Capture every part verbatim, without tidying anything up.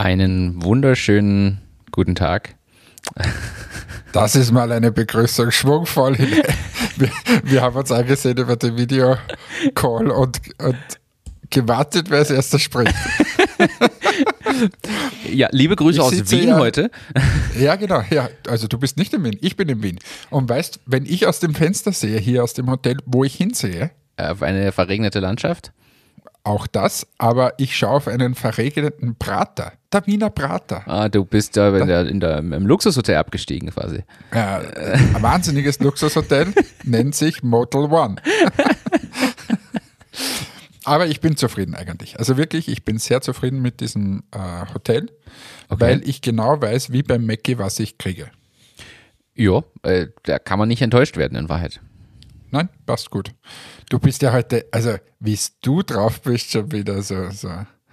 Einen wunderschönen guten Tag. Das ist mal eine Begrüßung, schwungvoll. Wir, wir haben uns angesehen über den Videocall und, und gewartet, wer als erster spricht. Ja, liebe Grüße Ich aus sitze Wien ja- heute. Ja, genau. Ja, also du bist nicht in Wien, ich bin in Wien. Und weißt, wenn ich aus dem Fenster sehe, hier aus dem Hotel, wo ich hinsehe, Auf eine verregnete Landschaft. auch das, aber ich schaue auf einen verregneten Prater, der Wiener Prater. Ah, du bist da in der, in der, im Luxushotel abgestiegen quasi. Ja, ein wahnsinniges Luxushotel, nennt sich Motel One. Aber ich bin zufrieden eigentlich. Also wirklich, ich bin sehr zufrieden mit diesem äh, Hotel, Okay. weil ich genau weiß, wie beim Mäcki, was ich kriege. Ja, äh, da kann man nicht enttäuscht werden in Wahrheit. Nein, passt gut. Du bist ja heute, also wie du drauf bist, schon wieder so, so.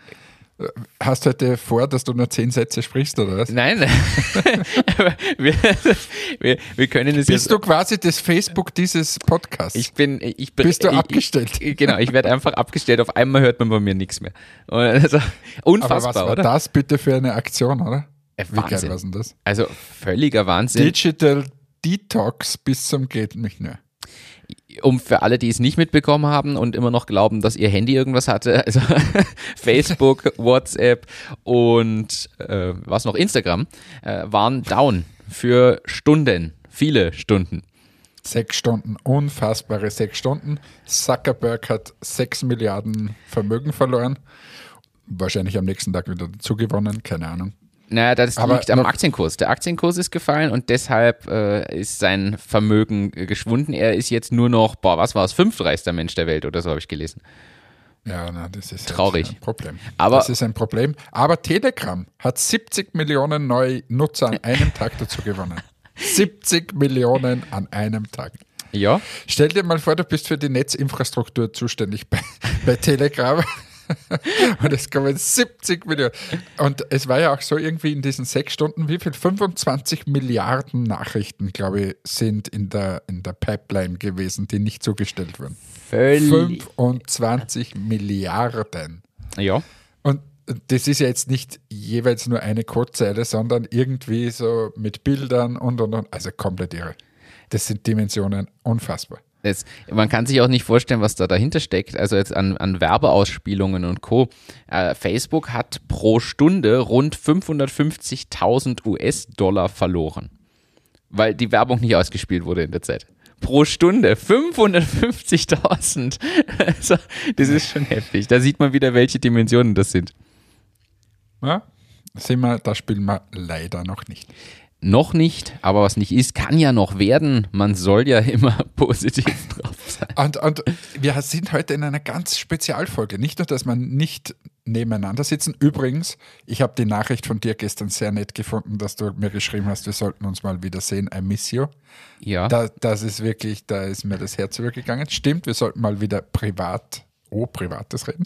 Hast heute vor, dass du nur zehn Sätze sprichst, oder was? Nein, aber wir, wir, wir können es Bist jetzt... du quasi das Facebook dieses Podcasts? Ich bin, ich bin, Bist du ich, abgestellt? Ich, genau, ich werde einfach abgestellt. Auf einmal hört man bei mir nichts mehr. Und also, unfassbar, Aber was war oder? das bitte für eine Aktion, oder? Äh, Wie geil Wahnsinn. war denn das? Also völliger Wahnsinn. Digital Detox bis zum geht nicht mehr. Um für alle, die es nicht mitbekommen haben und immer noch glauben, dass ihr Handy irgendwas hatte, also Facebook, WhatsApp und äh, was noch, Instagram, äh, waren down für Stunden, viele Stunden. Sechs Stunden, unfassbare sechs Stunden. Zuckerberg hat sechs Milliarden Vermögen verloren. Wahrscheinlich am nächsten Tag wieder dazu gewonnen, keine Ahnung. Naja, das Aber liegt am noch- Aktienkurs. Der Aktienkurs ist gefallen und deshalb äh, ist sein Vermögen äh, geschwunden. Er ist jetzt nur noch, boah, was war es, fünftreichster Mensch der Welt oder so, habe ich gelesen. Ja, na, das ist Traurig. halt ein Problem. Aber- das ist ein Problem. Aber Telegram hat siebzig Millionen neue Nutzer an einem Tag dazu gewonnen. siebzig Millionen an einem Tag. Ja, Stell dir mal vor, du bist für die Netzinfrastruktur zuständig bei, bei Telegram. Und es kommen siebzig Millionen. Und es war ja auch so irgendwie in diesen sechs Stunden, wie viel? fünfundzwanzig Milliarden Nachrichten, glaube ich, sind in der, in der Pipeline gewesen, die nicht zugestellt wurden. völlig. fünfundzwanzig Milliarden. Ja. Und das ist ja jetzt nicht jeweils nur eine Codezeile, sondern irgendwie so mit Bildern und und und. Also komplett irre. Das sind Dimensionen unfassbar. Das, man kann sich auch nicht vorstellen, was da dahinter steckt. Also jetzt an, an Werbeausspielungen und Co. Äh, Facebook hat pro Stunde rund fünfhundertfünfzigtausend U S-Dollar verloren, weil die Werbung nicht ausgespielt wurde in der Zeit. Pro Stunde fünfhundertfünfzigtausend. Also, das ist schon heftig. Da sieht man wieder, welche Dimensionen das sind. Ja, sehen wir, da spielen wir leider noch nicht. Noch nicht, aber was nicht ist, kann ja noch werden. Man soll ja immer positiv drauf sein. Und, und wir sind heute in einer ganz Spezialfolge. Nicht nur, dass wir nicht nebeneinander sitzen. Übrigens, ich habe die Nachricht von dir gestern sehr nett gefunden, dass du mir geschrieben hast, wir sollten uns mal wieder sehen. I miss you. Ja. Da, das ist wirklich, da ist mir das Herz übergegangen. Stimmt, wir sollten mal wieder privat, oh, Privates reden.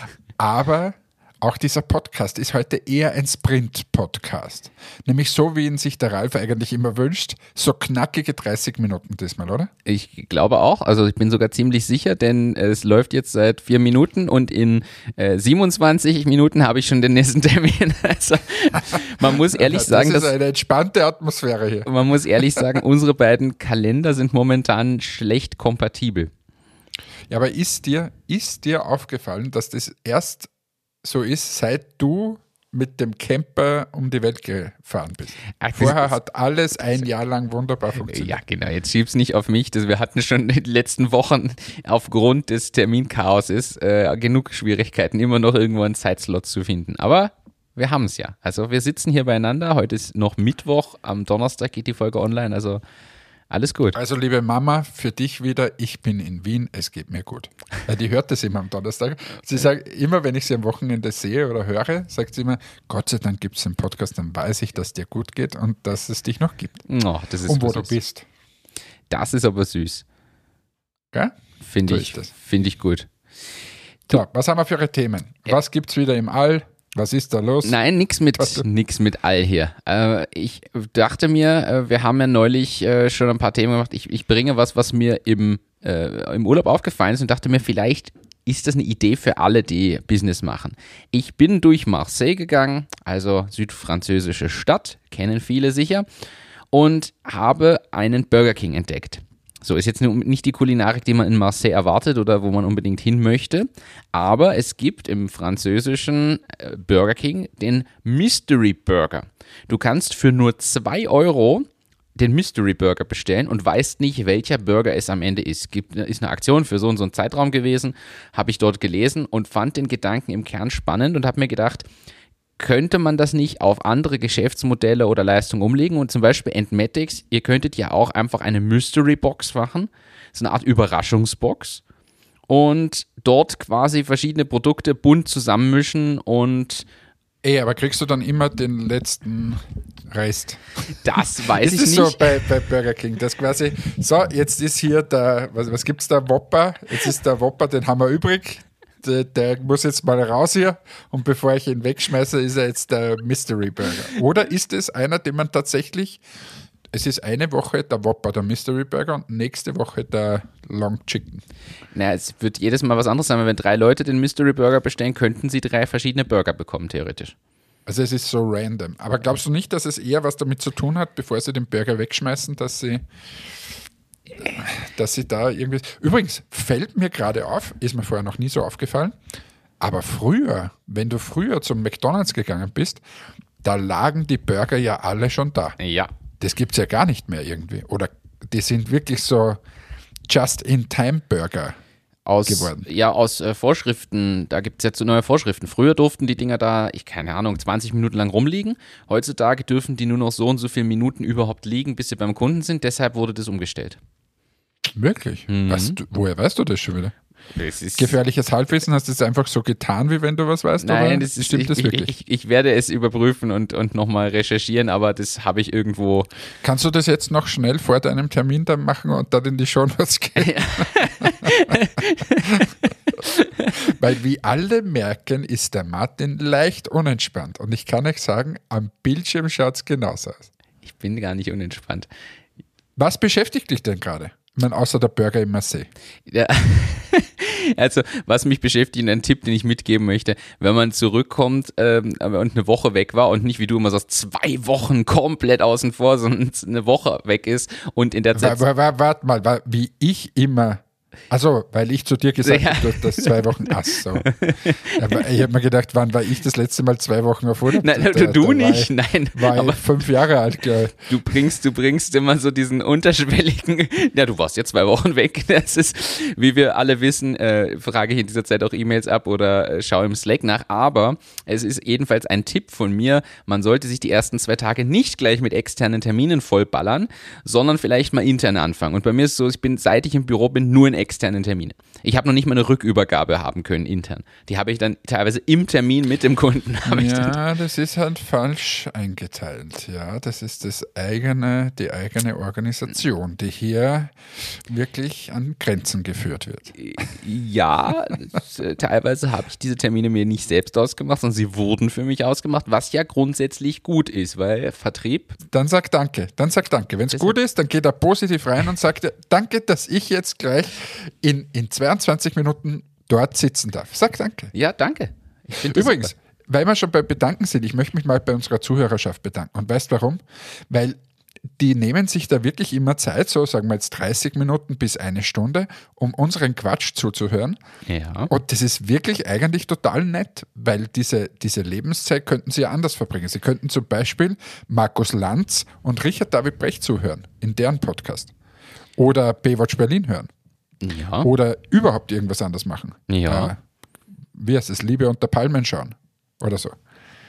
Aber auch dieser Podcast ist heute eher ein Sprint-Podcast. Nämlich so, wie ihn sich der Ralf eigentlich immer wünscht. So knackige dreißig Minuten diesmal, oder? Ich glaube auch, also ich bin sogar ziemlich sicher, denn es läuft jetzt seit vier Minuten und in äh, siebenundzwanzig Minuten habe ich schon den nächsten Termin. Also man muss ehrlich sagen, das ist dass, eine entspannte Atmosphäre hier. man muss ehrlich sagen, unsere beiden Kalender sind momentan schlecht kompatibel. Ja, aber ist dir, ist dir aufgefallen, dass das erst so ist, seit du mit dem Camper um die Welt gefahren bist? Ach, das Vorher ist- hat alles ein Jahr lang wunderbar funktioniert. Ja, genau, jetzt schieb's nicht auf mich. Das, wir hatten schon in den letzten Wochen aufgrund des Terminchaoses äh, genug Schwierigkeiten, immer noch irgendwo einen Zeitslot zu finden. Aber wir haben es ja. Also wir sitzen hier beieinander. Heute ist noch Mittwoch. Am Donnerstag geht die Folge online. Also alles gut. Also liebe Mama, für dich wieder, ich bin in Wien, es geht mir gut. Ja, die hört das immer am Donnerstag. Sie sagt, immer wenn ich sie am Wochenende sehe oder höre, sagt sie immer, Gott sei Dank gibt es einen Podcast, dann weiß ich, dass dir gut geht und dass es dich noch gibt. Oh, das ist Und wo aber du süß. bist. Das ist aber süß. Gell? Finde So ich, ist das. finde ich gut. So, was haben wir für Themen? Was gibt es wieder im All? Was ist da los? Nein, nix mit, Was- nix mit all hier. Äh, ich dachte mir, äh, wir haben ja neulich äh, schon ein paar Themen gemacht. Ich, ich bringe was, was mir im, äh, im Urlaub aufgefallen ist und dachte mir, vielleicht ist das eine Idee für alle, die Business machen. Ich bin durch Marseille gegangen, also südfranzösische Stadt, kennen viele sicher, und habe einen Burger King entdeckt. So, ist jetzt nicht die Kulinarik, die man in Marseille erwartet oder wo man unbedingt hin möchte, aber es gibt im französischen Burger King den Mystery Burger. Du kannst für nur zwei Euro den Mystery Burger bestellen und weißt nicht, welcher Burger es am Ende ist. Gibt, ist eine Aktion für so und so einen Zeitraum gewesen, habe ich dort gelesen und fand den Gedanken im Kern spannend und habe mir gedacht, könnte man das nicht auf andere Geschäftsmodelle oder Leistungen umlegen und zum Beispiel Entmatics, ihr könntet ja auch einfach eine Mystery Box machen, so eine Art Überraschungsbox und dort quasi verschiedene Produkte bunt zusammenmischen und Ey, aber kriegst du dann immer den letzten Rest? Das weiß das ich nicht. Das ist so bei, bei Burger King, das quasi, so, jetzt ist hier der, was, was gibt es da, Whopper, jetzt ist der Whopper, den haben wir übrig, der, der muss jetzt mal raus hier und bevor ich ihn wegschmeiße, ist er jetzt der Mystery Burger. Oder ist es einer, den man tatsächlich, es ist eine Woche der Whopper, der Mystery Burger und nächste Woche der Long Chicken. Naja, es wird jedes Mal was anderes sein, weil wenn drei Leute den Mystery Burger bestellen, könnten sie drei verschiedene Burger bekommen, theoretisch. Also es ist so random. Aber glaubst du nicht, dass es eher was damit zu tun hat, bevor sie den Burger wegschmeißen, dass sie, dass sie da irgendwie... Übrigens, fällt mir gerade auf, ist mir vorher noch nie so aufgefallen, aber früher, wenn du früher zum McDonald's gegangen bist, da lagen die Burger ja alle schon da. Ja. Das gibt es ja gar nicht mehr irgendwie. Oder die sind wirklich so Just-in-Time-Burger aus, geworden. Ja, aus äh, Vorschriften, da gibt es jetzt so neue Vorschriften. Früher durften die Dinger da, ich keine Ahnung, zwanzig Minuten lang rumliegen. Heutzutage dürfen die nur noch so und so viele Minuten überhaupt liegen, bis sie beim Kunden sind. Deshalb wurde das umgestellt. Wirklich? Mhm. Weißt du, woher weißt du das schon wieder? Das ist Gefährliches Halbwissen, hast du es einfach so getan, wie wenn du was weißt? Nein, oder das ist, stimmt ich, das wirklich? Ich, ich, ich werde es überprüfen und, und nochmal recherchieren, aber das habe ich irgendwo. Kannst du das jetzt noch schnell vor deinem Termin dann machen und dann in die Shownotes gehen? Weil wie alle merken, ist der Martin leicht unentspannt. Und ich kann euch sagen, am Bildschirm schaut es genauso aus. Ich bin gar nicht unentspannt. Was beschäftigt dich denn gerade? Ich meine, außer der Burger in Marseille. Ja. Also, was mich beschäftigt, und ein Tipp, den ich mitgeben möchte, wenn man zurückkommt ähm, und eine Woche weg war und nicht, wie du immer sagst, zwei Wochen komplett außen vor, sondern eine Woche weg ist und in der Zeit... Warte w- w- mal, w- wie ich immer... Also, weil ich zu dir gesagt Ja. habe, dass zwei Wochen... Ach so. Aber ich habe mir gedacht, wann war ich das letzte Mal zwei Wochen auf Urlaub? Nein, Da- du, du da war nicht, ich, nein. War aber ich fünf Jahre alt, glaube ich. du bringst, du bringst immer so diesen unterschwelligen, ja, du warst jetzt zwei Wochen weg. Das ist, wie wir alle wissen, äh, frage ich in dieser Zeit auch E-Mails ab oder äh, schaue im Slack nach. Aber es ist jedenfalls ein Tipp von mir, man sollte sich die ersten zwei Tage nicht gleich mit externen Terminen vollballern, sondern vielleicht mal intern anfangen. Und bei mir ist es so, ich bin, seit ich im Büro bin, nur in externen Terminen. Ich habe noch nicht mal eine Rückübergabe haben können intern. Die habe ich dann teilweise im Termin mit dem Kunden. habe ich dann Ja, das ist halt falsch eingeteilt. Ja, das ist das eigene, die eigene Organisation, die hier wirklich an Grenzen geführt wird. Ja, das, äh, teilweise habe ich diese Termine mir nicht selbst ausgemacht, sondern sie wurden für mich ausgemacht, was ja grundsätzlich gut ist, weil Vertrieb. Dann sag Danke, dann sag Danke. Wenn es gut ist, dann geht er positiv rein und sagt, Danke, dass ich jetzt gleich in, in zweiundzwanzig Minuten dort sitzen darf. Sag Danke. Ja, danke. Ich finde das Übrigens, super. weil wir schon bei Bedanken sind, ich möchte mich mal bei unserer Zuhörerschaft bedanken. Und weißt warum? Weil die nehmen sich da wirklich immer Zeit, so sagen wir jetzt dreißig Minuten bis eine Stunde, um unseren Quatsch zuzuhören. Ja. Und das ist wirklich eigentlich total nett, weil diese, diese Lebenszeit könnten sie ja anders verbringen. Sie könnten zum Beispiel Markus Lanz und Richard David Brecht zuhören in deren Podcast. Oder Baywatch Berlin hören. Ja. Oder überhaupt irgendwas anders machen. Ja. Äh, wie heißt es? Liebe unter Palmen schauen. Oder so.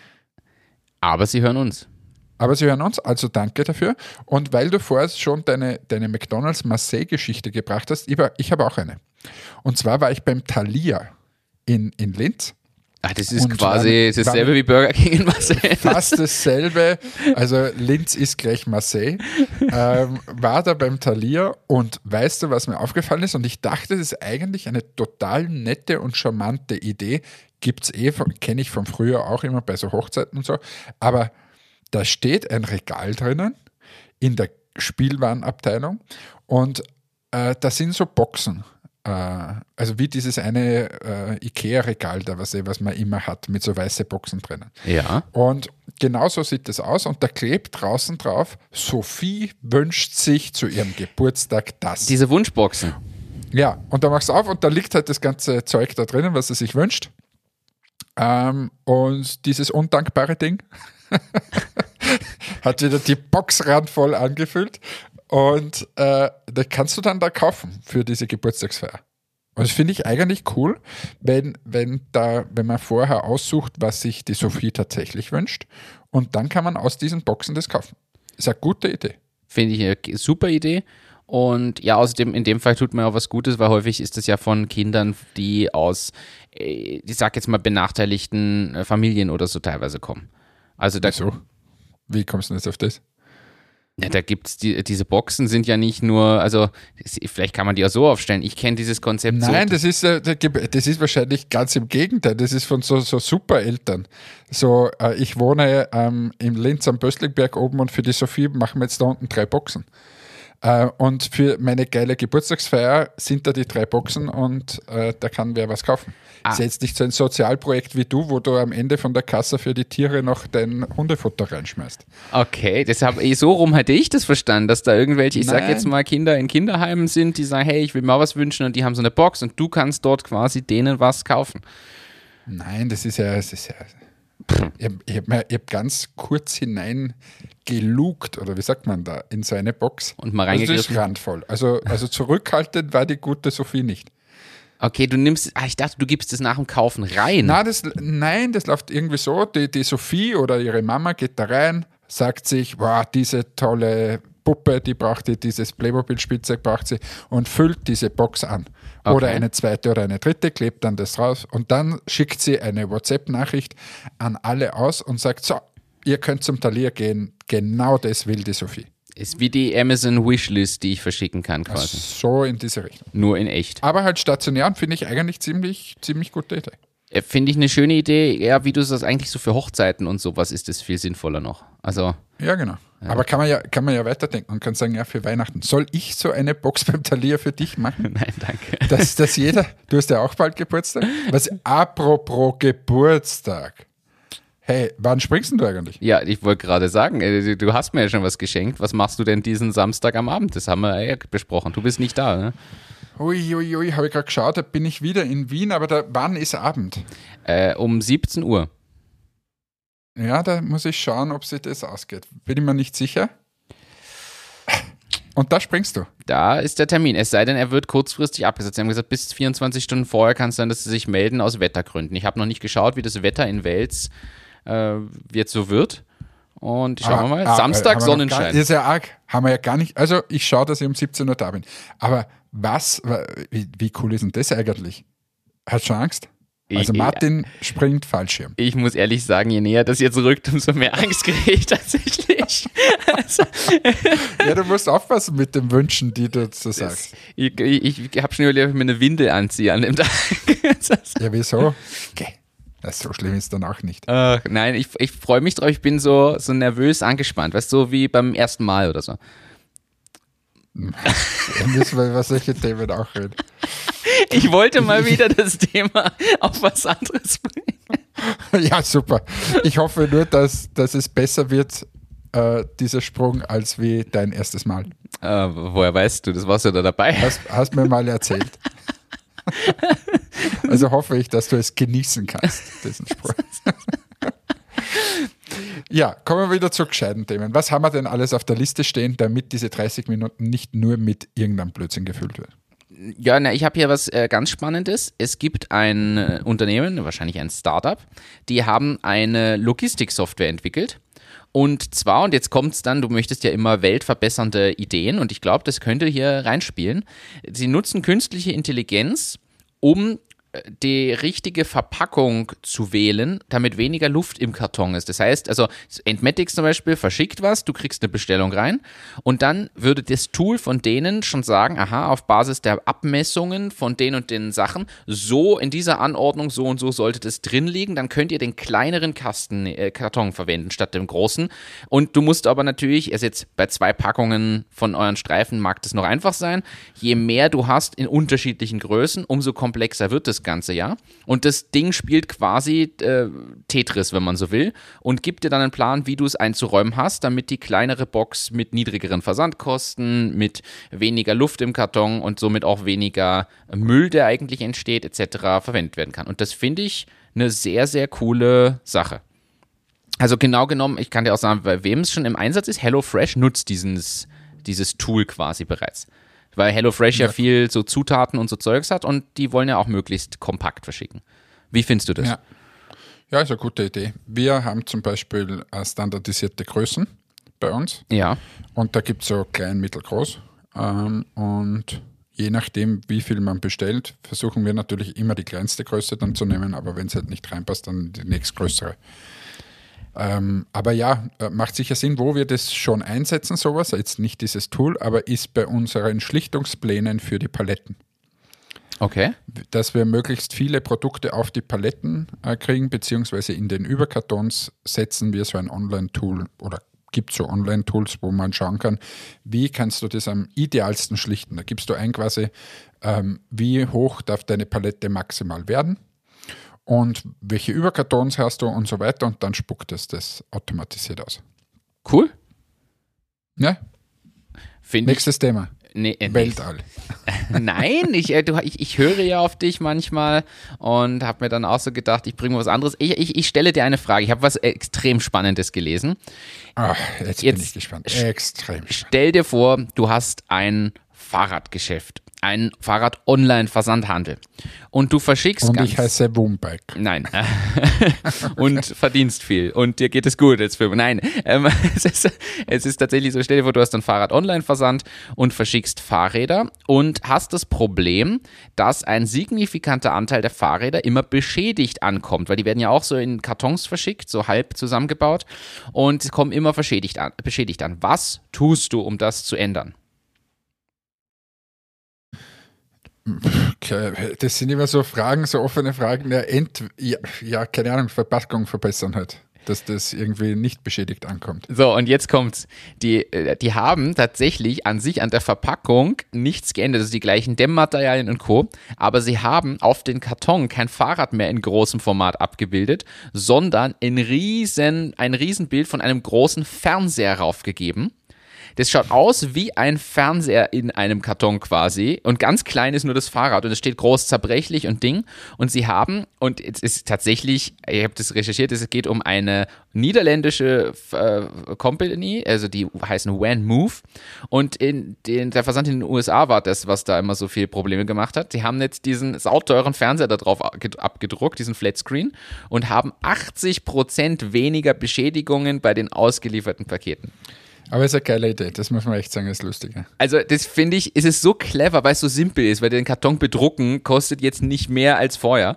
Aber sie hören uns. Aber sie hören uns, also danke dafür. Und weil du vorher schon deine, deine McDonalds Marseille-Geschichte gebracht hast, ich, war, ich habe auch eine. Und zwar war ich beim Thalia in, in Linz. Ach, das ist Und quasi war- dasselbe war- wie Burger King in Marseille. Fast dasselbe. Also Linz ist gleich Marseille. Ähm, war da beim Thalia und weißt du, was mir aufgefallen ist? Und ich dachte, das ist eigentlich eine total nette und charmante Idee. Gibt es eh, kenne ich von früher auch immer bei so Hochzeiten und so. Aber da steht ein Regal drinnen in der Spielwarenabteilung und äh, da sind so Boxen. äh, also wie dieses eine äh, Ikea-Regal da, was, was man immer hat, mit so weiße Boxen drinnen. Ja. Und genauso sieht es aus und da klebt draußen drauf, Sophie wünscht sich zu ihrem Geburtstag das. Diese Wunschboxen. Ja, und da machst du auf und da liegt halt das ganze Zeug da drinnen, was sie sich wünscht. Ähm, und dieses undankbare Ding hat wieder die Box randvoll angefüllt und äh, das kannst du dann da kaufen für diese Geburtstagsfeier. Und das finde ich eigentlich cool, wenn, wenn, da, wenn man vorher aussucht, was sich die Sophie tatsächlich wünscht und dann kann man aus diesen Boxen das kaufen. Ist eine gute Idee. Finde ich eine super Idee. Und ja, außerdem, in dem Fall tut man auch was Gutes, weil häufig ist das ja von Kindern, die aus, ich sag jetzt mal, benachteiligten Familien oder so teilweise kommen. Also da, so. Wie kommst du jetzt auf das? Ja, da gibt's die, diese Boxen sind ja nicht nur, also vielleicht kann man die auch so aufstellen. Ich kenne dieses Konzept Nein, so. das ist, äh, das ist wahrscheinlich ganz im Gegenteil. Das ist von so, so Supereltern. So, äh, ich wohne ähm, im Linz am Böstlingberg oben und für die Sophie machen wir jetzt da unten drei Boxen. Äh, und für meine geile Geburtstagsfeier sind da die drei Boxen und äh, da kann wer was kaufen. Ah. Ist jetzt nicht so ein Sozialprojekt wie du, wo du am Ende von der Kasse für die Tiere noch dein Hundefutter reinschmeißt. Okay, deshalb, so rum hätte ich das verstanden, dass da irgendwelche, ich Nein. sag jetzt mal, Kinder in Kinderheimen sind, die sagen, hey, ich will mir was wünschen und die haben so eine Box und du kannst dort quasi denen was kaufen. Nein, das ist ja, das ist ja ich habe hab, hab ganz kurz hineingelugt, oder wie sagt man da, in so eine Box. Und mal reingegriffen. Also das ist randvoll. Also, also zurückhaltend war die gute Sophie nicht. Okay, du nimmst, ah, ich dachte, du gibst es nach dem Kaufen rein. Nein, das, nein, das läuft irgendwie so, die, die Sophie oder ihre Mama geht da rein, sagt sich, wow, diese tolle Puppe, die braucht sie, dieses Playmobil-Spielzeug braucht sie und füllt diese Box an. Okay. Oder eine zweite oder eine dritte, klebt dann das raus und dann schickt sie eine WhatsApp-Nachricht an alle aus und sagt, so, ihr könnt zum Talier gehen, genau das will die Sophie. Ist wie die Amazon Wishlist, die ich verschicken kann quasi. So in diese Richtung. Nur in echt. Aber halt stationär und finde ich eigentlich ziemlich, ziemlich gute Idee. Finde ich eine schöne Idee. Ja, wie du das eigentlich so für Hochzeiten und sowas ist das viel sinnvoller noch. Also. Ja, genau. Ja. Aber kann man ja, kann man ja weiterdenken und kann sagen, ja, für Weihnachten. Soll ich so eine Box beim Talier für dich machen? Nein, danke. Dass, dass jeder, du hast ja auch bald Geburtstag. Was, apropos Geburtstag. Hey, wann springst denn du eigentlich? Ja, ich wollte gerade sagen, du hast mir ja schon was geschenkt. Was machst du denn diesen Samstag am Abend? Das haben wir ja besprochen. Du bist nicht da, ne? Ui, ui, ui, habe ich gerade geschaut, da bin ich wieder in Wien, aber da, wann ist Abend? Äh, um siebzehn Uhr. Ja, da muss ich schauen, ob sich das ausgeht. Bin ich mir nicht sicher. Und da springst du? Da ist der Termin. Es sei denn, er wird kurzfristig abgesetzt. Sie haben gesagt, bis vierundzwanzig Stunden vorher kann es sein, dass sie sich melden aus Wettergründen. Ich habe noch nicht geschaut, wie das Wetter in Wels äh, jetzt so wird. Und schauen ah, wir mal. Ah, Samstag Sonnenschein. Gar, das ist ja arg. Haben wir ja gar nicht. Also ich schaue, dass ich um siebzehn Uhr da bin. Aber was, wie, wie cool ist denn das eigentlich? Hast du schon Angst? Also Martin ich, springt Fallschirm. Ich muss ehrlich sagen, je näher das jetzt rückt, umso mehr Angst kriege ich tatsächlich. Also, ja, du musst aufpassen mit den Wünschen, die du so sagst. Ich, ich, ich habe schon überlegt, ob ich mir eine Windel anziehe an dem Tag. Ja, wieso? Okay. Das so schlimm ist dann auch nicht. Ach, nein, ich, ich freue mich drauf. Ich bin so, so nervös angespannt. Weißt du, so wie beim ersten Mal oder so. Ja, müssen wir über solche Themen auch reden. Ich wollte mal wieder das Thema auf was anderes bringen. Ja, super. Ich hoffe nur, dass, dass es besser wird, äh, dieser Sprung, als wie dein erstes Mal. Äh, woher weißt du? Das warst du da dabei. Hast, hast mir mal erzählt. Also hoffe ich, dass du es genießen kannst, diesen Sprung. Ja, kommen wir wieder zu gescheiten Themen. Was haben wir denn alles auf der Liste stehen, damit diese dreißig Minuten nicht nur mit irgendeinem Blödsinn gefüllt wird? Ja, na, ich habe hier was äh, ganz Spannendes. Es gibt ein äh, Unternehmen, wahrscheinlich ein Startup, die haben eine Logistiksoftware entwickelt. Und zwar, und jetzt kommt es dann, du möchtest ja immer weltverbessernde Ideen und ich glaube, das könnte hier reinspielen. Sie nutzen künstliche Intelligenz, um die richtige Verpackung zu wählen, damit weniger Luft im Karton ist. Das heißt, also Entmatics zum Beispiel verschickt was, du kriegst eine Bestellung rein und dann würde das Tool von denen schon sagen, aha, auf Basis der Abmessungen von den und den Sachen, so in dieser Anordnung, so und so sollte das drin liegen, dann könnt ihr den kleineren Kasten, äh, Karton verwenden statt dem großen. Und du musst aber natürlich, also jetzt bei zwei Packungen von euren Streifen mag das noch einfach sein, je mehr du hast in unterschiedlichen Größen, umso komplexer wird das Ganze, ja. Und das Ding spielt quasi äh, Tetris, wenn man so will, und gibt dir dann einen Plan, wie du es einzuräumen hast, damit die kleinere Box mit niedrigeren Versandkosten, mit weniger Luft im Karton und somit auch weniger Müll, der eigentlich entsteht, et cetera verwendet werden kann. Und das finde ich eine sehr, sehr coole Sache. Also genau genommen, ich kann dir auch sagen, bei wem es schon im Einsatz ist, HelloFresh nutzt dieses, dieses Tool quasi bereits. Weil HelloFresh ja. ja viel so Zutaten und so Zeugs hat und die wollen ja auch möglichst kompakt verschicken. Wie findest du das? Ja, ja ist eine gute Idee. Wir haben zum Beispiel standardisierte Größen bei uns. Ja. Und da gibt es so klein, mittel, groß. Ähm, und je nachdem, wie viel man bestellt, versuchen wir natürlich immer die kleinste Größe dann zu nehmen, aber wenn es halt nicht reinpasst, dann die nächstgrößere. Ähm, aber ja, macht sicher Sinn, wo wir das schon einsetzen, sowas, jetzt nicht dieses Tool, aber ist bei unseren Schlichtungsplänen für die Paletten. Okay. Dass wir möglichst viele Produkte auf die Paletten äh, kriegen, beziehungsweise in den Überkartons setzen wir so ein Online-Tool oder gibt so Online-Tools, wo man schauen kann, wie kannst du das am idealsten schlichten. Da gibst du ein quasi, ähm, wie hoch darf deine Palette maximal werden. Und welche Überkartons hast du und so weiter und dann spuckt es das automatisiert aus. Cool. Ja. Find Nächstes ich, Thema. Nee, äh, Weltall. Nein, ich, äh, du, ich, ich höre ja auf dich manchmal und habe mir dann auch so gedacht, ich bringe was anderes. Ich, ich, ich stelle dir eine Frage. Ich habe was extrem Spannendes gelesen. Ach, jetzt, jetzt bin ich gespannt. Extrem spannend. Stell dir vor, du hast ein Fahrradgeschäft. Ein Fahrrad-Online-Versandhandel. Und du verschickst Und ganz... ich heiße Woombike. Nein. Und verdienst viel. Und dir geht es gut jetzt für... Nein. Ähm, es, ist, es ist tatsächlich so, stell dir vor, du hast ein Fahrrad-Online-Versand und verschickst Fahrräder und hast das Problem, dass ein signifikanter Anteil der Fahrräder immer beschädigt ankommt, weil die werden ja auch so in Kartons verschickt, so halb zusammengebaut und kommen immer beschädigt an. Beschädigt an. Was tust du, um das zu ändern? Das sind immer so Fragen, so offene Fragen. Ja, ent, ja, ja, keine Ahnung, Verpackung verbessern halt, dass das irgendwie nicht beschädigt ankommt. So, und jetzt kommt's. Die, die haben tatsächlich an sich, an der Verpackung nichts geändert. Also die gleichen Dämmmaterialien und Co. Aber sie haben auf den Karton kein Fahrrad mehr in großem Format abgebildet, sondern ein riesen, ein Riesenbild von einem großen Fernseher raufgegeben. Das schaut aus wie ein Fernseher in einem Karton quasi und ganz klein ist nur das Fahrrad und es steht groß zerbrechlich und Ding und sie haben, und es ist tatsächlich, ich habe das recherchiert, es geht um eine niederländische äh, Company, also die heißen Van Move und in den, der Versand in den U S A war das, was da immer so viele Probleme gemacht hat. Die haben jetzt diesen sauteuren Fernseher da drauf abgedruckt, diesen Flatscreen und haben achtzig Prozent weniger Beschädigungen bei den ausgelieferten Paketen. Aber es ist eine geile Idee, das muss man echt sagen, ist lustiger. Also das finde ich, ist es so clever, weil es so simpel ist, weil den Karton bedrucken kostet jetzt nicht mehr als vorher.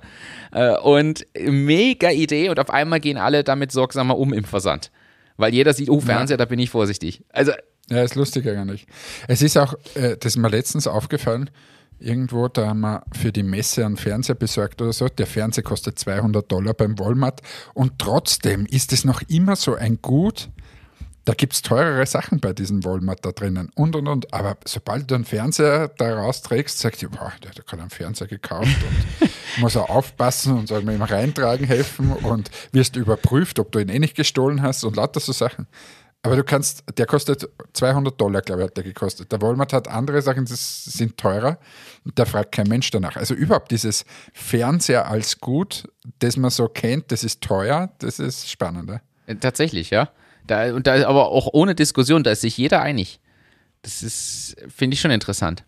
Und mega Idee und auf einmal gehen alle damit sorgsamer um im Versand. Weil jeder sieht, oh Fernseher, ja. Da bin ich vorsichtig. Also ja, ist lustiger gar nicht. Es ist auch, das ist mir letztens aufgefallen, irgendwo, da haben wir für die Messe einen Fernseher besorgt oder so. Der Fernseher kostet zweihundert Dollar beim Walmart und trotzdem ist es noch immer so ein Gut. Da gibt es teurere Sachen bei diesem Walmart da drinnen und, und, und. Aber sobald du einen Fernseher da rausträgst, sagst du, boah, der hat gerade einen Fernseher gekauft und muss auch aufpassen und soll mir ihm reintragen helfen und wirst überprüft, ob du ihn eh nicht gestohlen hast und lauter so Sachen. Aber du kannst, der kostet zweihundert Dollar, glaube ich, hat der gekostet. Der Walmart hat andere Sachen, die sind teurer und da fragt kein Mensch danach. Also überhaupt dieses Fernseher als Gut, das man so kennt, das ist teuer, das ist spannend. Ja? Tatsächlich, ja. Da, und da aber auch ohne Diskussion, da ist sich jeder einig. Das ist, finde ich schon interessant.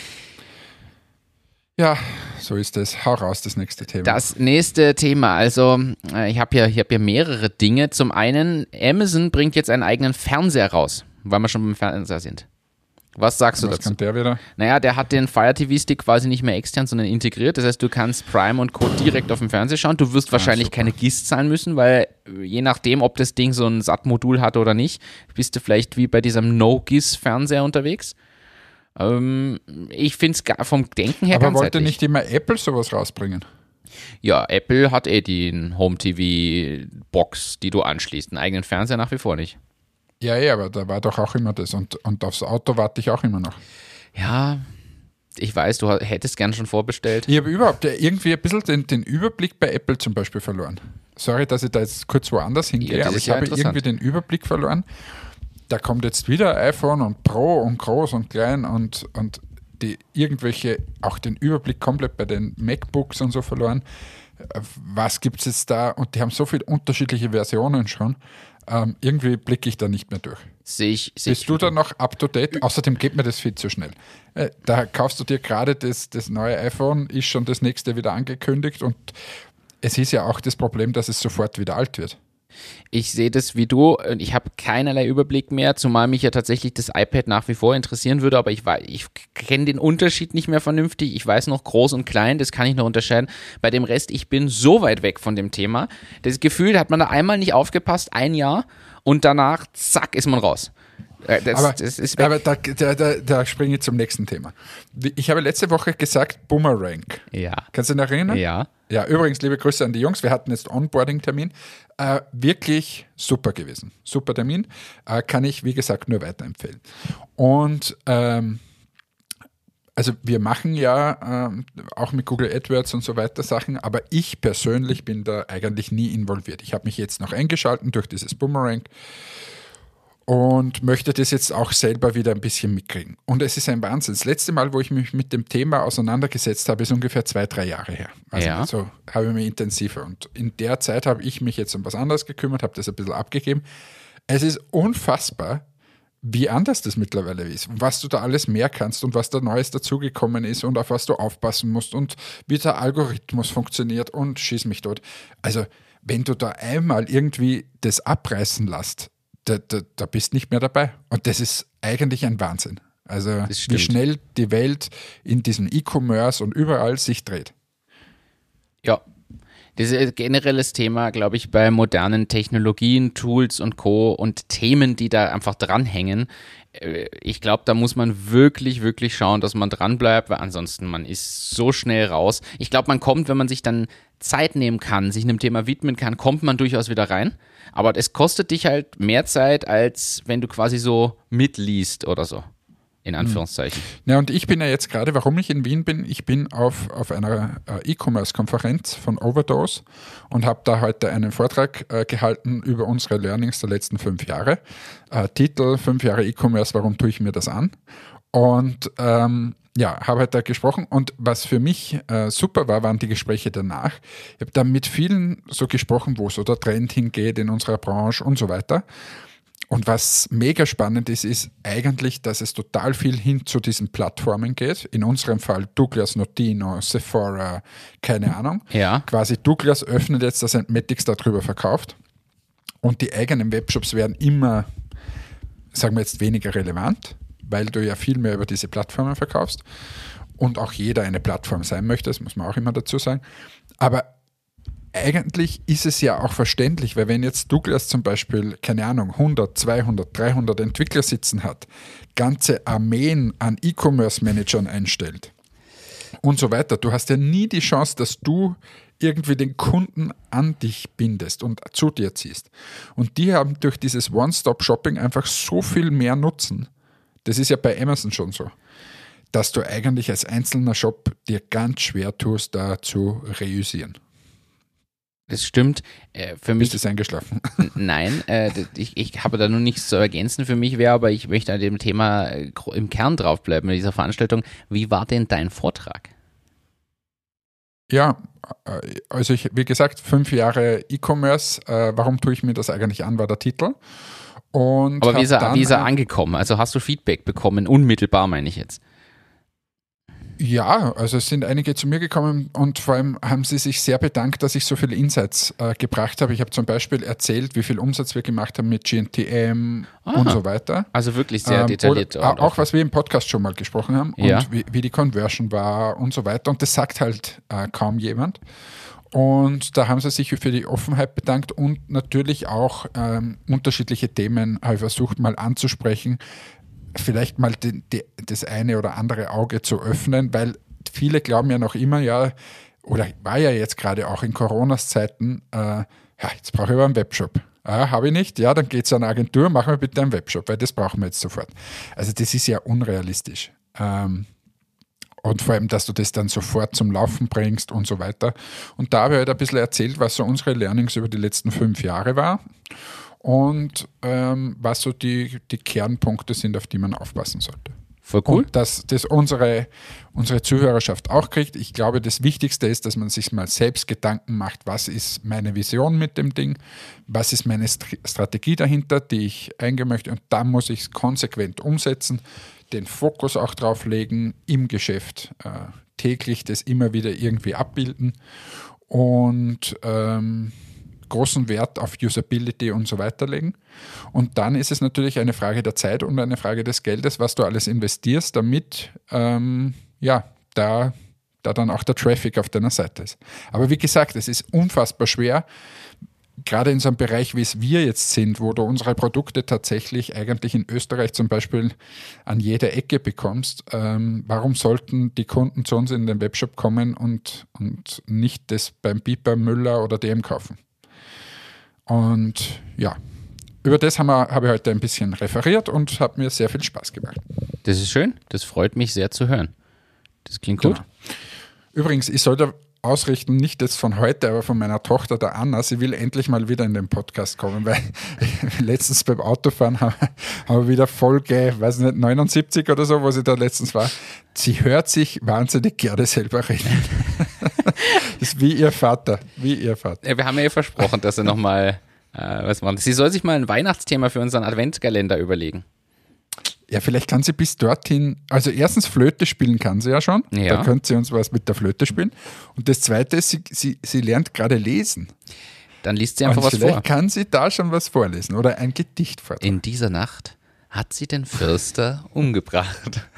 Ja, so ist es. Hau raus, das nächste Thema. Das nächste Thema, also ich habe ja, ich hab ja mehrere Dinge. Zum einen, Amazon bringt jetzt einen eigenen Fernseher raus, weil wir schon beim Fernseher sind. Was sagst du Was dazu? kann der wieder? Naja, der hat den Fire T V-Stick quasi nicht mehr extern, sondern integriert. Das heißt, du kannst Prime und Co. direkt auf dem Fernseher schauen. Du wirst wahrscheinlich super. keine G I S zahlen müssen, weil äh, je nachdem, ob das Ding so ein S A T-Modul hat oder nicht, bist du vielleicht wie bei diesem No-G I S-Fernseher unterwegs. Ähm, ich finde es vom Denken her Aber ganz wollte nicht immer Apple sowas rausbringen? Ja, Apple hat eh den Home-T V-Box, die du anschließt. Einen eigenen Fernseher nach wie vor nicht. Ja, ja, aber da war doch auch immer das. Und, und aufs Auto warte ich auch immer noch. Ja, ich weiß, du hättest gern schon vorbestellt. Ich habe überhaupt irgendwie ein bisschen den, den Überblick bei Apple zum Beispiel verloren. Sorry, dass ich da jetzt kurz woanders hingehe, Ja, das aber ist ich ja habe interessant. irgendwie den Überblick verloren. Da kommt jetzt wieder iPhone und Pro und groß und klein und, und die irgendwelche, auch den Überblick komplett bei den MacBooks und so verloren. Was gibt es jetzt da? Und die haben so viele unterschiedliche Versionen schon. Ähm, irgendwie blicke ich da nicht mehr durch. Sehe ich. Seh Bist ich du da noch up to date? Außerdem geht mir das viel zu schnell. Äh, da kaufst du dir gerade das, das neue iPhone, ist schon das nächste wieder angekündigt und es ist ja auch das Problem, dass es sofort wieder alt wird. Ich sehe das wie du. Ich habe keinerlei Überblick mehr, zumal mich ja tatsächlich das iPad nach wie vor interessieren würde, aber ich, ich kenne den Unterschied nicht mehr vernünftig. Ich weiß noch groß und klein, das kann ich noch unterscheiden. Bei dem Rest, ich bin so weit weg von dem Thema. Das Gefühl, hat man da einmal nicht aufgepasst, ein Jahr und danach, zack, ist man raus. Das, aber das ist weg. aber da, da, da, da springe ich zum nächsten Thema. Ich habe letzte Woche gesagt, Boomerang. Ja. Kannst du dich noch erinnern? Ja. Ja, übrigens, liebe Grüße an die Jungs. Wir hatten jetzt Onboarding-Termin. Äh, wirklich super gewesen. Super Termin. Äh, kann ich, wie gesagt, nur weiterempfehlen. Und ähm, also wir machen ja ähm, auch mit Google AdWords und so weiter Sachen, aber ich persönlich bin da eigentlich nie involviert. Ich habe mich jetzt noch eingeschalten durch dieses Boomerang und möchte das jetzt auch selber wieder ein bisschen mitkriegen. Und es ist ein Wahnsinn. Das letzte Mal, wo ich mich mit dem Thema auseinandergesetzt habe, ist ungefähr zwei, drei Jahre her. Also Ja. so habe ich mich intensiver. Und in der Zeit habe ich mich jetzt um was anderes gekümmert, habe das ein bisschen abgegeben. Es ist unfassbar, wie anders das mittlerweile ist und was du da alles mehr kannst und was da Neues dazugekommen ist und auf was du aufpassen musst und wie der Algorithmus funktioniert und schieß mich tot. Also wenn du da einmal irgendwie das abreißen lässt, Da, da, da bist nicht mehr dabei. Und das ist eigentlich ein Wahnsinn. Also wie schnell die Welt in diesem E-Commerce und überall sich dreht. Ja, das ist ein generelles Thema, glaube ich, bei modernen Technologien, Tools und Co. und Themen, die da einfach dranhängen. Ich glaube, da muss man wirklich, wirklich schauen, dass man dranbleibt, weil ansonsten man ist so schnell raus. Ich glaube, man kommt, wenn man sich dann Zeit nehmen kann, sich einem Thema widmen kann, kommt man durchaus wieder rein. Aber es kostet dich halt mehr Zeit, als wenn du quasi so mitliest oder so, in Anführungszeichen. Ja, und ich bin ja jetzt gerade, warum ich in Wien bin, ich bin auf, auf einer äh, E-Commerce-Konferenz von Overdose und habe da heute einen Vortrag äh, gehalten über unsere Learnings der letzten fünf Jahre. Äh, Titel, fünf Jahre E-Commerce, warum tue ich mir das an? Und ähm, ja, habe halt da gesprochen und was für mich äh, super war, waren die Gespräche danach. Ich habe da mit vielen so gesprochen, wo so der Trend hingeht in unserer Branche und so weiter. Und was mega spannend ist, ist eigentlich, dass es total viel hin zu diesen Plattformen geht. In unserem Fall Douglas, Notino, Sephora, keine Ahnung. Ja. Quasi Douglas öffnet jetzt, dass Entmatics darüber verkauft. Und die eigenen Webshops werden immer, sagen wir jetzt, weniger relevant, weil du ja viel mehr über diese Plattformen verkaufst und auch jeder eine Plattform sein möchte, das muss man auch immer dazu sagen. Aber eigentlich ist es ja auch verständlich, weil wenn jetzt Douglas zum Beispiel, keine Ahnung, hundert, zweihundert, dreihundert Entwickler sitzen hat, ganze Armeen an E-Commerce-Managern einstellt und so weiter, du hast ja nie die Chance, dass du irgendwie den Kunden an dich bindest und zu dir ziehst. Und die haben durch dieses One-Stop-Shopping einfach so viel mehr Nutzen. Das ist ja bei Amazon schon so, dass du eigentlich als einzelner Shop dir ganz schwer tust, da zu reüssieren. Das stimmt. Äh, für mich Bist du eingeschlafen? N- Nein, äh, ich, ich habe da nur nichts zu ergänzen für mich wäre, aber ich möchte an dem Thema äh, gro- im Kern draufbleiben bei dieser Veranstaltung. Wie war denn dein Vortrag? Ja, äh, also ich, wie gesagt, fünf Jahre E-Commerce, äh, warum tue ich mir das eigentlich an, war der Titel. Und Aber wie ist, er, hab wie ist er dann, angekommen? Also hast du Feedback bekommen? Unmittelbar meine ich jetzt. Ja, also es sind einige zu mir gekommen und vor allem haben sie sich sehr bedankt, dass ich so viele Insights äh, gebracht habe. Ich habe zum Beispiel erzählt, wie viel Umsatz wir gemacht haben mit G N T M ah, und so weiter. Also wirklich sehr ähm, detailliert. Oder, auch was wir im Podcast schon mal gesprochen haben ja. und wie, wie die Conversion war und so weiter. Und das sagt halt äh, kaum jemand. Und da haben sie sich für die Offenheit bedankt und natürlich auch ähm, unterschiedliche Themen habe ich versucht mal anzusprechen. Vielleicht mal die, die, das eine oder andere Auge zu öffnen, weil viele glauben ja noch immer, ja, oder war ja jetzt gerade auch in Corona-Zeiten, äh, ja, jetzt brauche ich aber einen Webshop. Ah, habe ich nicht? Ja, dann geht es an eine Agentur, machen wir bitte einen Webshop, weil das brauchen wir jetzt sofort. Also das ist ja unrealistisch. Ähm, und vor allem, dass du das dann sofort zum Laufen bringst und so weiter. Und da habe ich halt ein bisschen erzählt, was so unsere Learnings über die letzten fünf Jahre war. Und ähm, was so die, die Kernpunkte sind, auf die man aufpassen sollte. Voll cool. Und dass das unsere, unsere Zuhörerschaft auch kriegt. Ich glaube, das Wichtigste ist, dass man sich mal selbst Gedanken macht, was ist meine Vision mit dem Ding, was ist meine St- Strategie dahinter, die ich eingehen möchte. Und dann muss ich es konsequent umsetzen, den Fokus auch drauf legen, im Geschäft äh, täglich das immer wieder irgendwie abbilden und ähm, großen Wert auf Usability und so weiter legen. Und dann ist es natürlich eine Frage der Zeit und eine Frage des Geldes, was du alles investierst, damit ähm, ja, da, da dann auch der Traffic auf deiner Seite ist. Aber wie gesagt, es ist unfassbar schwer, gerade in so einem Bereich, wie es wir jetzt sind, wo du unsere Produkte tatsächlich eigentlich in Österreich zum Beispiel an jeder Ecke bekommst, ähm, warum sollten die Kunden zu uns in den Webshop kommen und, und nicht das beim Bieber, Müller oder D M kaufen? Und ja, über das haben wir, habe ich heute ein bisschen referiert und hat mir sehr viel Spaß gemacht. Das ist schön, das freut mich sehr zu hören. Das klingt gut. Genau. Übrigens, ich sollte ausrichten, nicht jetzt von heute, aber von meiner Tochter, der Anna, sie will endlich mal wieder in den Podcast kommen, weil letztens beim Autofahren haben wir wieder Folge, weiß nicht, neunundsiebzig oder so, wo sie da letztens war. Sie hört sich wahnsinnig gerne selber reden. Das ist wie ihr Vater, wie ihr Vater. Ja, wir haben ja versprochen, dass er nochmal äh, was macht. Sie soll sich mal ein Weihnachtsthema für unseren Adventskalender überlegen. Ja, vielleicht kann sie bis dorthin, also erstens Flöte spielen kann sie ja schon, ja. Da könnte sie uns was mit der Flöte spielen. Und das Zweite ist, sie, sie, sie lernt gerade lesen. Dann liest sie einfach und was vielleicht vor. Vielleicht kann sie da schon was vorlesen oder ein Gedicht vortragen. In dieser Nacht hat sie den Förster umgebracht.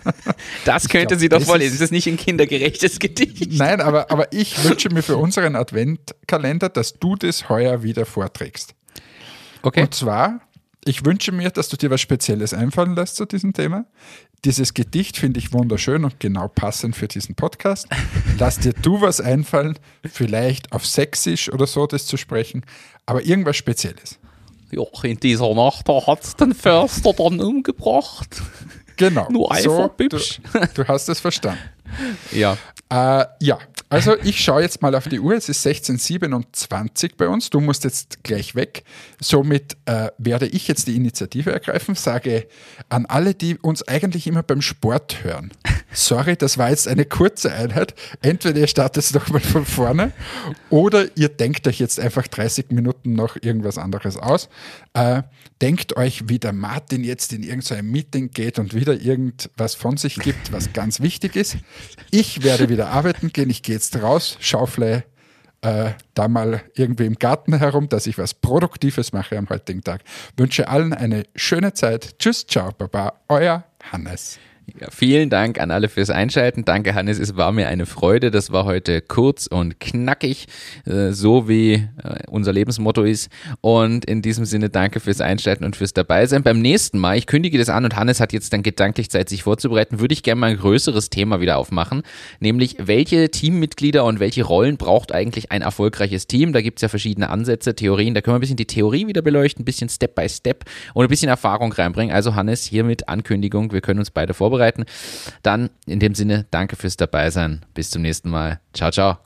Das könnte glaub, sie doch das vorlesen. ist Das ist nicht ein kindergerechtes Gedicht. Nein, aber, aber ich wünsche mir für unseren Adventkalender, dass du das heuer wieder vorträgst. Okay. Und zwar, ich wünsche mir, dass du dir was Spezielles einfallen lässt zu diesem Thema. Dieses Gedicht finde ich wunderschön und genau passend für diesen Podcast. Lass dir du was einfallen, vielleicht auf Sächsisch oder so das zu sprechen, aber irgendwas Spezielles. Ja, in dieser Nacht hat es den Förster dann umgebracht. Genau. Nur einfach so, hübsch. Du, du hast es verstanden. Ja. Äh, ja, also ich schaue jetzt mal auf die Uhr. Es ist sechzehn Uhr siebenundzwanzig bei uns. Du musst jetzt gleich weg. Somit äh, werde ich jetzt die Initiative ergreifen, sage an alle, die uns eigentlich immer beim Sport hören. Sorry, das war jetzt eine kurze Einheit. Entweder ihr startet nochmal von vorne oder ihr denkt euch jetzt einfach dreißig Minuten noch irgendwas anderes aus. Äh, denkt euch, wie der Martin jetzt in irgendein Meeting geht und wieder irgendwas von sich gibt, was ganz wichtig ist. Ich werde wieder arbeiten gehen. Ich gehe jetzt raus, schaufle äh, da mal irgendwie im Garten herum, dass ich was Produktives mache am heutigen Tag. Wünsche allen eine schöne Zeit. Tschüss, ciao, baba, euer Hannes. Ja, vielen Dank an alle fürs Einschalten. Danke, Hannes. Es war mir eine Freude. Das war heute kurz und knackig, äh, so wie äh, unser Lebensmotto ist. Und in diesem Sinne danke fürs Einschalten und fürs Dabeisein. Beim nächsten Mal, ich kündige das an und Hannes hat jetzt dann gedanklich Zeit, sich vorzubereiten, würde ich gerne mal ein größeres Thema wieder aufmachen. Nämlich, welche Teammitglieder und welche Rollen braucht eigentlich ein erfolgreiches Team? Da gibt es ja verschiedene Ansätze, Theorien. Da können wir ein bisschen die Theorie wieder beleuchten, ein bisschen Step by Step und ein bisschen Erfahrung reinbringen. Also Hannes, hiermit Ankündigung. Wir können uns beide vorbereiten. Dann in dem Sinne, danke fürs Dabeisein. Bis zum nächsten Mal. Ciao, ciao.